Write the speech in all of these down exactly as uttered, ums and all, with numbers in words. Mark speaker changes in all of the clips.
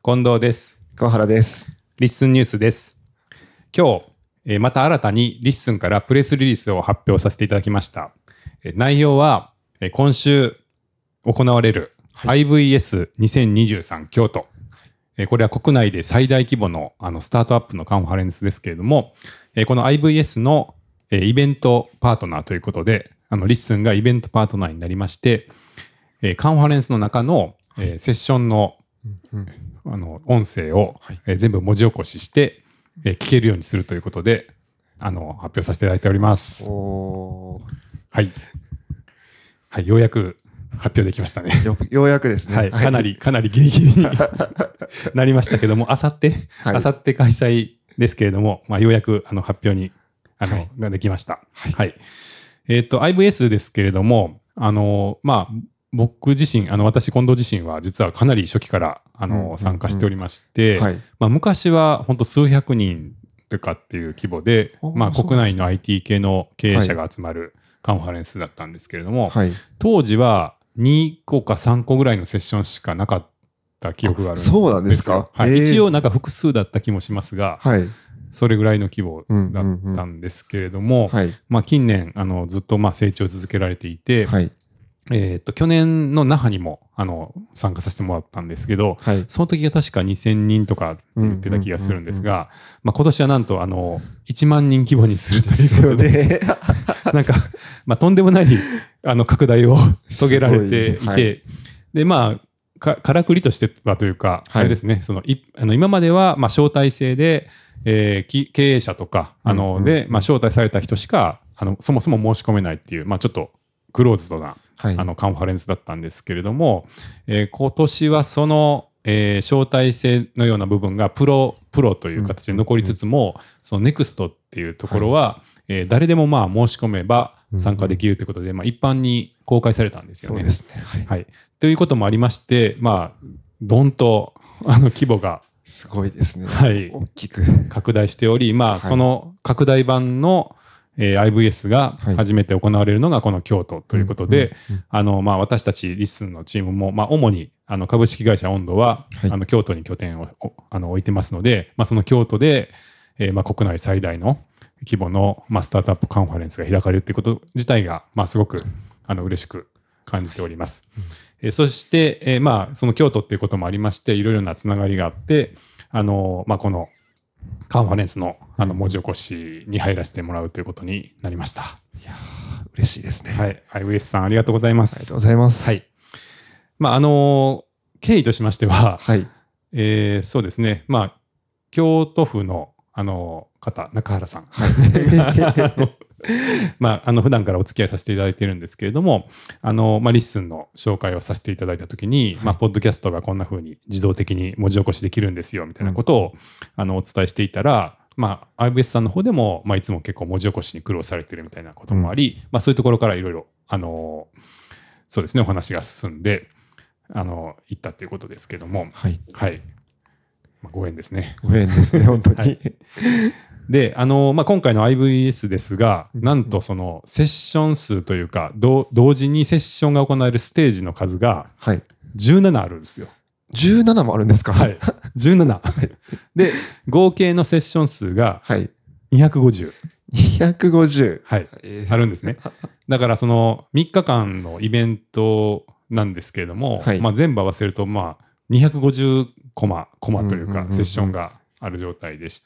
Speaker 1: 近藤です。
Speaker 2: 川原です。
Speaker 1: リッスンニュースです。今日、えー、また新たにリッスンからプレスリリースを発表させていただきました。えー、内容は、えー、今週行われる アイブイエスにせんにじゅうさん 京都、えー、これは国内で最大規模 の, あのスタートアップのカンファレンスですけれども、えー、この アイブイエス の、えー、イベントパートナーということで、あのリッスンがイベントパートナーになりまして、えー、カンファレンスの中の、えー、セッションのうんうんあの音声を、はいえー、全部文字起こしして、えー、聞けるようにするということであの発表させていただいております。おはい、はい、ようやく発表できましたね。
Speaker 2: よ, ようやくですね、
Speaker 1: はい、かなりかなりギリギリになりましたけども、あさってあさって開催ですけれども、まあ、ようやくあの発表にあの、はい、ができました。はいはいえー、と アイブイエス ですけれども、あのまあ僕自身、あの私、近藤自身は実はかなり初期からあの、うんうんうん、参加しておりまして、はいまあ、昔は本当数百人とかっていう規模で、まあ、国内の アイティー 系の経営者が集まるカンファレンスだったんですけれども、はい、当時はにこかさんこぐらいのセッションしかなかった記憶があるんですよ。
Speaker 2: そうなんですか、
Speaker 1: はいえー、一応なんか複数だった気もしますが、はい、それぐらいの規模だったんですけれども、うんうんうんはいまあ、近年あのずっとまあ成長を続けられていて、はいえー、と去年の那覇にもあの参加させてもらったんですけど、はい、その時が確かにせんにんとかって言ってた気がするんですが、まあ、今年はなんとあのいちまんにん規模にするということでなんか、まあ、とんでもないあの拡大を遂げられていて、はい、でまあかからくりとしてはというか、はい、あれですねそのいあの今まではまあ招待制で、えー、経営者とかあの、うんうん、で、まあ、招待された人しかあのそもそも申し込めないっていう、まあ、ちょっとクローズドなはい、あのカンファレンスだったんですけれども、えー、今年はその、えー、招待制のような部分がプロプロという形で残りつつも、うんうんうん、そのネクストっていうところは、はいえー、誰でもまあ申し込めば参加できるということで、うんうんまあ、一般に公開されたんですよね。
Speaker 2: そうですね、はい
Speaker 1: はい、ということもありまして、まあ、どんとあの規模が
Speaker 2: すごいですね、
Speaker 1: はい、
Speaker 2: 大きく
Speaker 1: 拡大しており、まあはい、その拡大版のえー、アイブイエス が初めて行われるのがこの京都ということで、はいうんうんうん、あのまあ、私たちリッスンのチームも、まあ、主にあの株式会社温度は、はい、あの京都に拠点をあの置いてますので、まあ、その京都で、えーまあ、国内最大の規模の、まあ、スタートアップカンファレンスが開かれるということ自体が、まあ、すごくあの嬉しく感じております。はいうんえー、そして、えーまあ、その京都っていうこともありまして、いろいろなつながりがあって、あのまあ、このカンファレンス の, あの文字起こしに入らせてもらうということになりました。
Speaker 2: いや嬉しいですね。
Speaker 1: はい、アイブイエス さんありがとうございます。
Speaker 2: ありがとうございます。
Speaker 1: はい。まああの経緯としましては、はいえー、そうですね。まあ京都府のあの方中原さん、はいまあ、あの普段からお付き合いさせていただいているんですけれども、あの、まあ、リッスンの紹介をさせていただいたときに、はいまあ、ポッドキャストがこんな風に自動的に文字起こしできるんですよみたいなことを、うん、あのお伝えしていたら、まあ、アイブイエス さんの方でも、まあ、いつも結構文字起こしに苦労されているみたいなこともあり、うんまあ、そういうところからいろいろあのそうですねお話が進んであの行ったということですけども、はいはいまあ、ご縁ですね。
Speaker 2: ご縁ですね本当に、はい
Speaker 1: であのまあ、今回の アイブイエス ですが、なんとそのセッション数というか同時にセッションが行われるステージの数がじゅうななあるんですよ。
Speaker 2: じゅうななもあるんですか？
Speaker 1: はい、じゅうななで合計のセッション数がにひゃくごじゅう、
Speaker 2: にひゃくごじゅう、
Speaker 1: はい、あるんですね。だからそのみっかかんのイベントなんですけれども、はいまあ、全部合わせるとまあにひゃくごじゅうコマコマというかセッションがある状態でして、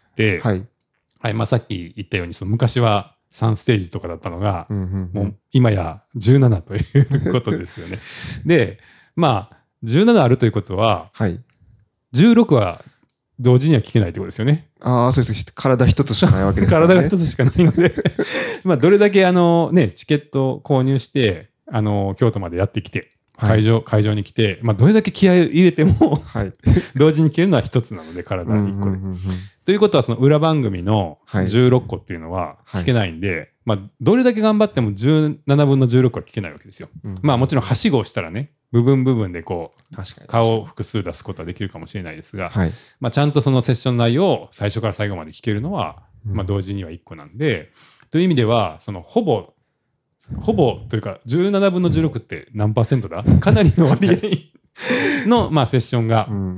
Speaker 1: はいはいまあ、さっき言ったようにその昔はさんステージとかだったのが、うんうんうん、もう今やじゅうななということですよね。でまあじゅうななあるということは、はい、じゅうろくは同時には聞けないということですよね。
Speaker 2: ああそうです。体一つしかないわけです
Speaker 1: からね。体が一つしかないのでまあどれだけあの、ね、チケットを購入してあの京都までやってきて会場、はい、会場に来て、まあ、どれだけ気合い入れても、はい、同時に消えるのは一つなので体にいっこで、うんうんうんうん、ということはその裏番組のじゅうろっこっていうのは聞けないんで、はいまあ、どれだけ頑張ってもじゅうななぶんのじゅうろくは聞けないわけですよ、うん、まあもちろんはしごをしたらね部分部分でこう確かに顔を複数出すことはできるかもしれないですが、はいまあ、ちゃんとそのセッション内容を最初から最後まで聞けるのは、うんまあ、同時にはいっこなんで、という意味ではそのほぼほぼというかじゅうななぶんのじゅうろくって何パーセントだかなりの割合のまあセッションが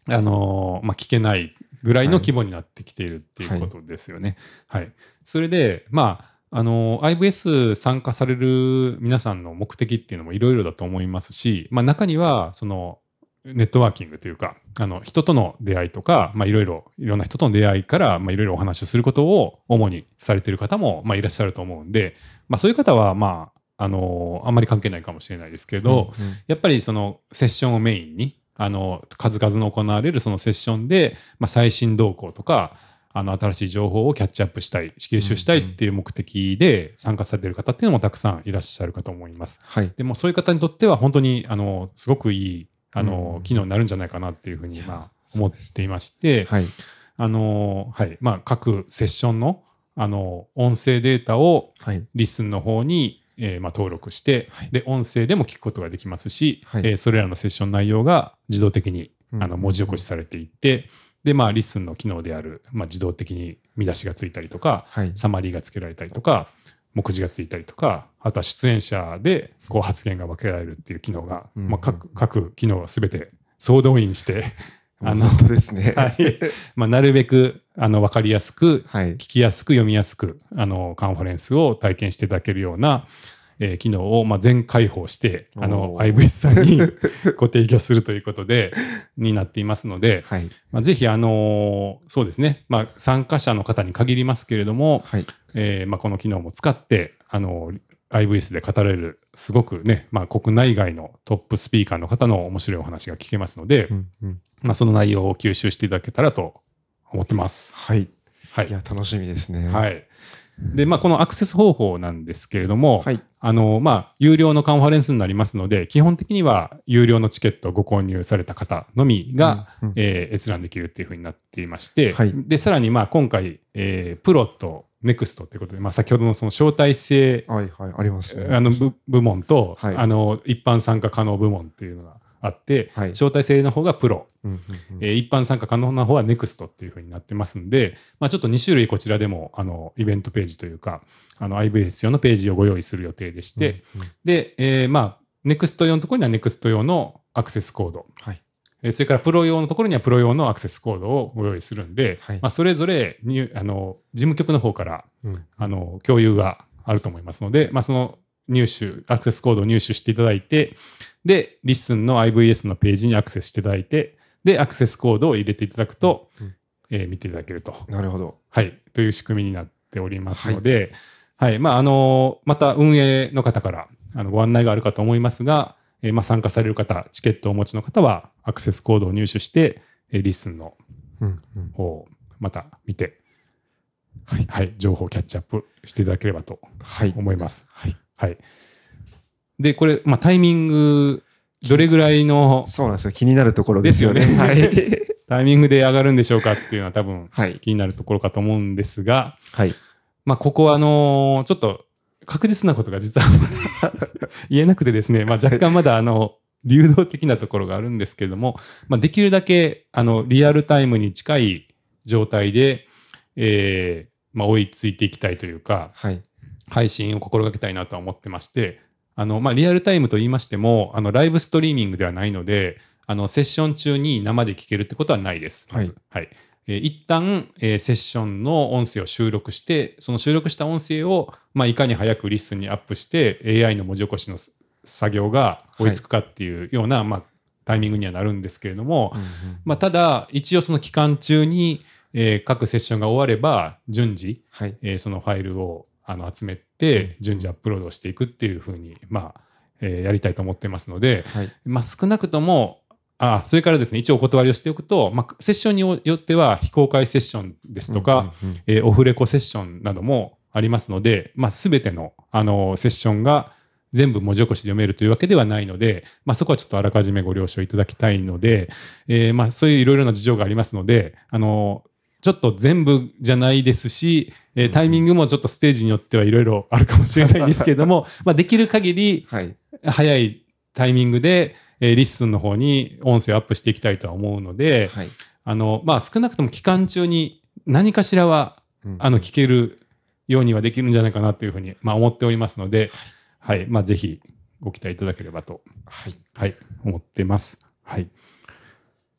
Speaker 1: あのーまあ、聞けないぐらいの規模になってきているっていうことですよね。はい。はい、それで、まあ、あのー、アイブイエス 参加される皆さんの目的っていうのもいろいろだと思いますし、まあ、中には、その、ネットワーキングというか、あの、人との出会いとか、まあ、いろいろ、いろんな人との出会いから、まあ、いろいろお話をすることを主にされている方も、まあ、いらっしゃると思うんで、まあ、そういう方は、まあ、あのー、あんまり関係ないかもしれないですけど、うんうん、やっぱりそのセッションをメインに、あの、数々の行われるそのセッションで、まあ、最新動向とか、あの、新しい情報をキャッチアップしたい、吸収したいっていう目的で参加されている方っていうのもたくさんいらっしゃるかと思います。はい。でもそういう方にとっては本当に、あの、すごくいい、あの、機能になるんじゃないかなっていうふうに、まあ、思っていまして、はい。あの、はい。まあ、各セッションの、あの、音声データをリスンの方に、えーまあ、登録して、はい、で音声でも聞くことができますし、はい、えー、それらのセッション内容が自動的にあの文字起こしされていって、うんうんうん、で、まあ、リスンの機能である、まあ、自動的に見出しがついたりとか、はい、サマリーがつけられたりとか、目次がついたりとか、あとは出演者でこう発言が分けられるっていう機能が、うんうん、まあ、各, 各機能をすべて総動員して
Speaker 2: あの本当ですね、
Speaker 1: はい、まあ、なるべくあの分かりやすく、はい、聞きやすく読みやすくあのカンファレンスを体験していただけるような、えー、機能をまあ全開放してあの アイブイエス さんにご提供するということでになっていますので、はい、まあ、ぜひあのそうですね、まあ、参加者の方に限りますけれども、はい、えーまあ、この機能も使ってあのアイブイエス で語られるすごくね、まあ、国内外のトップスピーカーの方の面白いお話が聞けますので、うんうん、まあ、その内容を吸収していただけたらと思ってます。
Speaker 2: はい。はい。いや、楽しみですね。
Speaker 1: はい。で、まあ、このアクセス方法なんですけれども、はい、あの、まあ、有料のカンファレンスになりますので、基本的には有料のチケットをご購入された方のみが、うんうん、えー、閲覧できるっていうふうになっていまして、はい、で、さらに、まあ、今回、えー、プロとネクストということで、まあ、先ほどのその招待制、
Speaker 2: はいはい、ありますね。
Speaker 1: あの部、部門と、はい、あの、一般参加可能部門っていうのがあって、はい、招待制の方がプロ、うんうんうん、えー、一般参加可能な方はネクストっていうふうになってますんで、まあ、ちょっとに種類こちらでもあのイベントページというかあの アイブイエス 用のページをご用意する予定でして、うんうん、で、えー、まあネクスト用のところにはネクスト用のアクセスコード、はい、えー、それからプロ用のところにはプロ用のアクセスコードをご用意するんで、はい、まあ、それぞれにあの事務局の方から、うん、あの共有があると思いますので、まあ、その入手アクセスコードを入手していただいて、で、リッスンの アイブイエス のページにアクセスしていただいて、で、アクセスコードを入れていただくと、うん、えー、見ていただけると。
Speaker 2: なるほど。
Speaker 1: はい。という仕組みになっておりますので、はい。はい、まあ、あのー、また運営の方からあのご案内があるかと思いますが、えー、まあ、参加される方、チケットをお持ちの方は、アクセスコードを入手して、えー、リッスンの方をまた見て、うんうん、はい。はい。情報をキャッチアップしていただければと思います。はい。はい。はい、で、これ、まあ、タイミング、どれぐらいの。
Speaker 2: そうなんですよ。気になるところですよね。
Speaker 1: ですよね。はい。タイミングで上がるんでしょうかっていうのは多分、気になるところかと思うんですが、はい。まあ、ここは、あのー、ちょっと、確実なことが実は言えなくてですね、まあ、若干まだ、あの、流動的なところがあるんですけれども、まあ、できるだけ、あの、リアルタイムに近い状態で、えー、まあ、追いついていきたいというか、はい。配信を心がけたいなとは思ってまして、あの、まあ、リアルタイムと言いましても、あの、ライブストリーミングではないので、あの、セッション中に生で聞けるってことはないです。まず。はい。はい、えー、一旦、えー、セッションの音声を収録して、その収録した音声を、まあ、いかに早くリスンにアップして、エーアイ の文字起こしの作業が追いつくかっていうような、はい、まあ、タイミングにはなるんですけれども、うんうん、まあ、ただ、一応その期間中に、えー、各セッションが終われば、順次、はい、えー、そのファイルをあの集めて順次アップロードしていくっていうふうに、まあえー、やりたいと思ってますので、はい、まあ、少なくともあそれからですね一応お断りをしておくと、まあ、セッションによっては非公開セッションですとか、うんうんうん、えー、オフレコセッションなどもありますので、まあ、全ての、あのセッションが全部文字起こしで読めるというわけではないので、まあ、そこはちょっとあらかじめご了承いただきたいので、えーまあ、そういういろいろな事情がありますので、あのちょっと全部じゃないですし、えー、タイミングもちょっとステージによってはいろいろあるかもしれないんですけれども、まあできる限り早いタイミングで、えー、リッスンの方に音声をアップしていきたいとは思うので、はい、あのまあ、少なくとも期間中に何かしらは、うん、あの聞けるようにはできるんじゃないかなというふうに、まあ、思っておりますので、はいはい、まあ、ぜひご期待いただければと、はいはい、思ってます。はい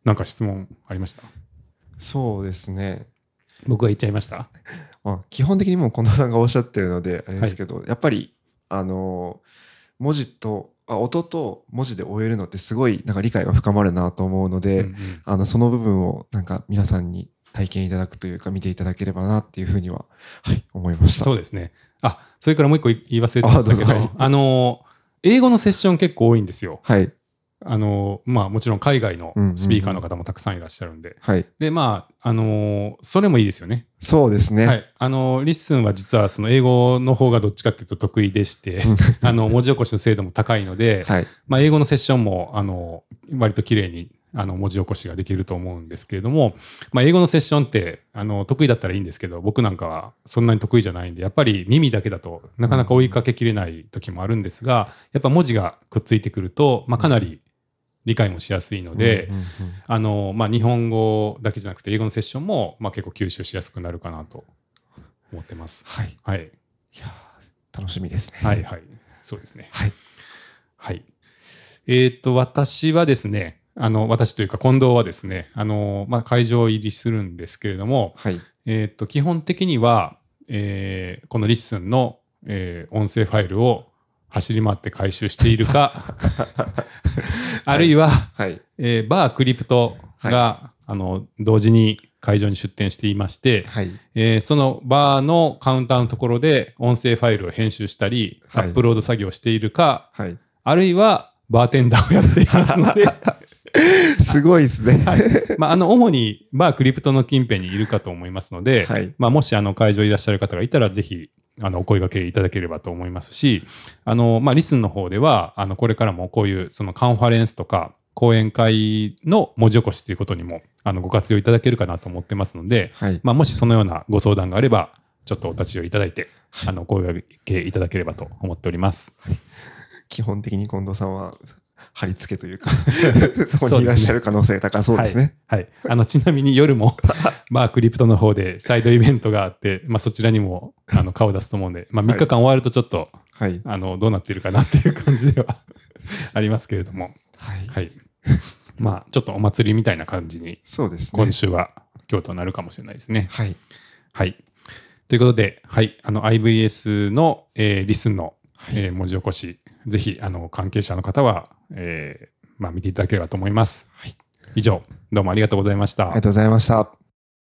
Speaker 1: なんか質問ありました？
Speaker 2: そうですね。
Speaker 1: 僕が言っちゃいました。
Speaker 2: まあ、基本的にもう近藤さんがおっしゃってるのであれですけど、はい、やっぱりあの文字とあ音と文字で終えるのってすごいなんか理解が深まるなと思うので、うんうん、あのその部分をなんか皆さんに体験いただくというか見ていただければなっていうふうには、はい、思いました。
Speaker 1: そうですね。あ、それからもう一個言い忘れてましたけど、あ、はい、あの英語のセッション結構多いんですよ。
Speaker 2: はい。
Speaker 1: あのまあもちろん海外のスピーカーの方もたくさんいらっしゃるんで、うんうんうん、でまああのそれもいいですよね。
Speaker 2: そうですね。
Speaker 1: はい、あのリッスンは実はその英語の方がどっちかっていうと得意でしてあの文字起こしの精度も高いので、はい、まあ、英語のセッションもあの割と綺麗にあの文字起こしができると思うんですけれども、まあ、英語のセッションってあの得意だったらいいんですけど、僕なんかはそんなに得意じゃないんで、やっぱり耳だけだとなかなか追いかけきれない時もあるんですが、やっぱ文字がくっついてくると、まあ、かなり理解もしやすいので、うんうんうん、あのまあ、日本語だけじゃなくて英語のセッションもまあ結構吸収しやすくなるかなと思ってます。
Speaker 2: はい。
Speaker 1: はい。
Speaker 2: いや楽しみですね。
Speaker 1: はいはい。そうですね。
Speaker 2: はい。
Speaker 1: はい。えっと、私はですね、あの、私というか近藤はですね、あの、まあ、会場入りするんですけれども、
Speaker 2: はい。
Speaker 1: えっと、基本的には、えー、このリッスンの、えー、音声ファイルを走り回って回収しているか、あるいは、はい、えー、バークリプトが、はい、あの同時に会場に出展していまして、はい、えー、そのバーのカウンターのところで音声ファイルを編集したり、はい、アップロード作業しているか、はい、あるいはバーテンダーをやっていますので
Speaker 2: すごいですね、
Speaker 1: はい、まあ、あの主にバークリプトの近辺にいるかと思いますので、はい、まあ、もしあの会場にいらっしゃる方がいたらぜひあのお声掛けいただければと思いますし、あの、まあ、リスンの方ではあのこれからもこういうそのカンファレンスとか講演会の文字起こしということにもあのご活用いただけるかなと思ってますので、はい、まあ、もしそのようなご相談があればちょっとお立ち寄りいただいて、はい、あのお声掛けいただければと思っております。はい、
Speaker 2: 基本的に近藤さんは貼り付けというかそこにいらっしゃる可能性高そうですね。
Speaker 1: はいはい、あのちなみに夜もまあクリプトの方でサイドイベントがあって、まあ、そちらにもあの顔を出すと思うんで、まあ、みっかかん終わるとちょっと、はい、あのどうなっているかなっていう感じではありますけれども、はいはい、まあちょっとお祭りみたいな感じに
Speaker 2: そうですね、
Speaker 1: 今週は京都になるかもしれないですね。
Speaker 2: はい、
Speaker 1: はい、ということで、はい、あの アイブイエス の、えー、リスンの、えー、文字起こし、ぜひあの関係者の方は、えーまあ、見ていただければと思います。はい、以上どうもありがとうございました。
Speaker 2: ありがとうございました。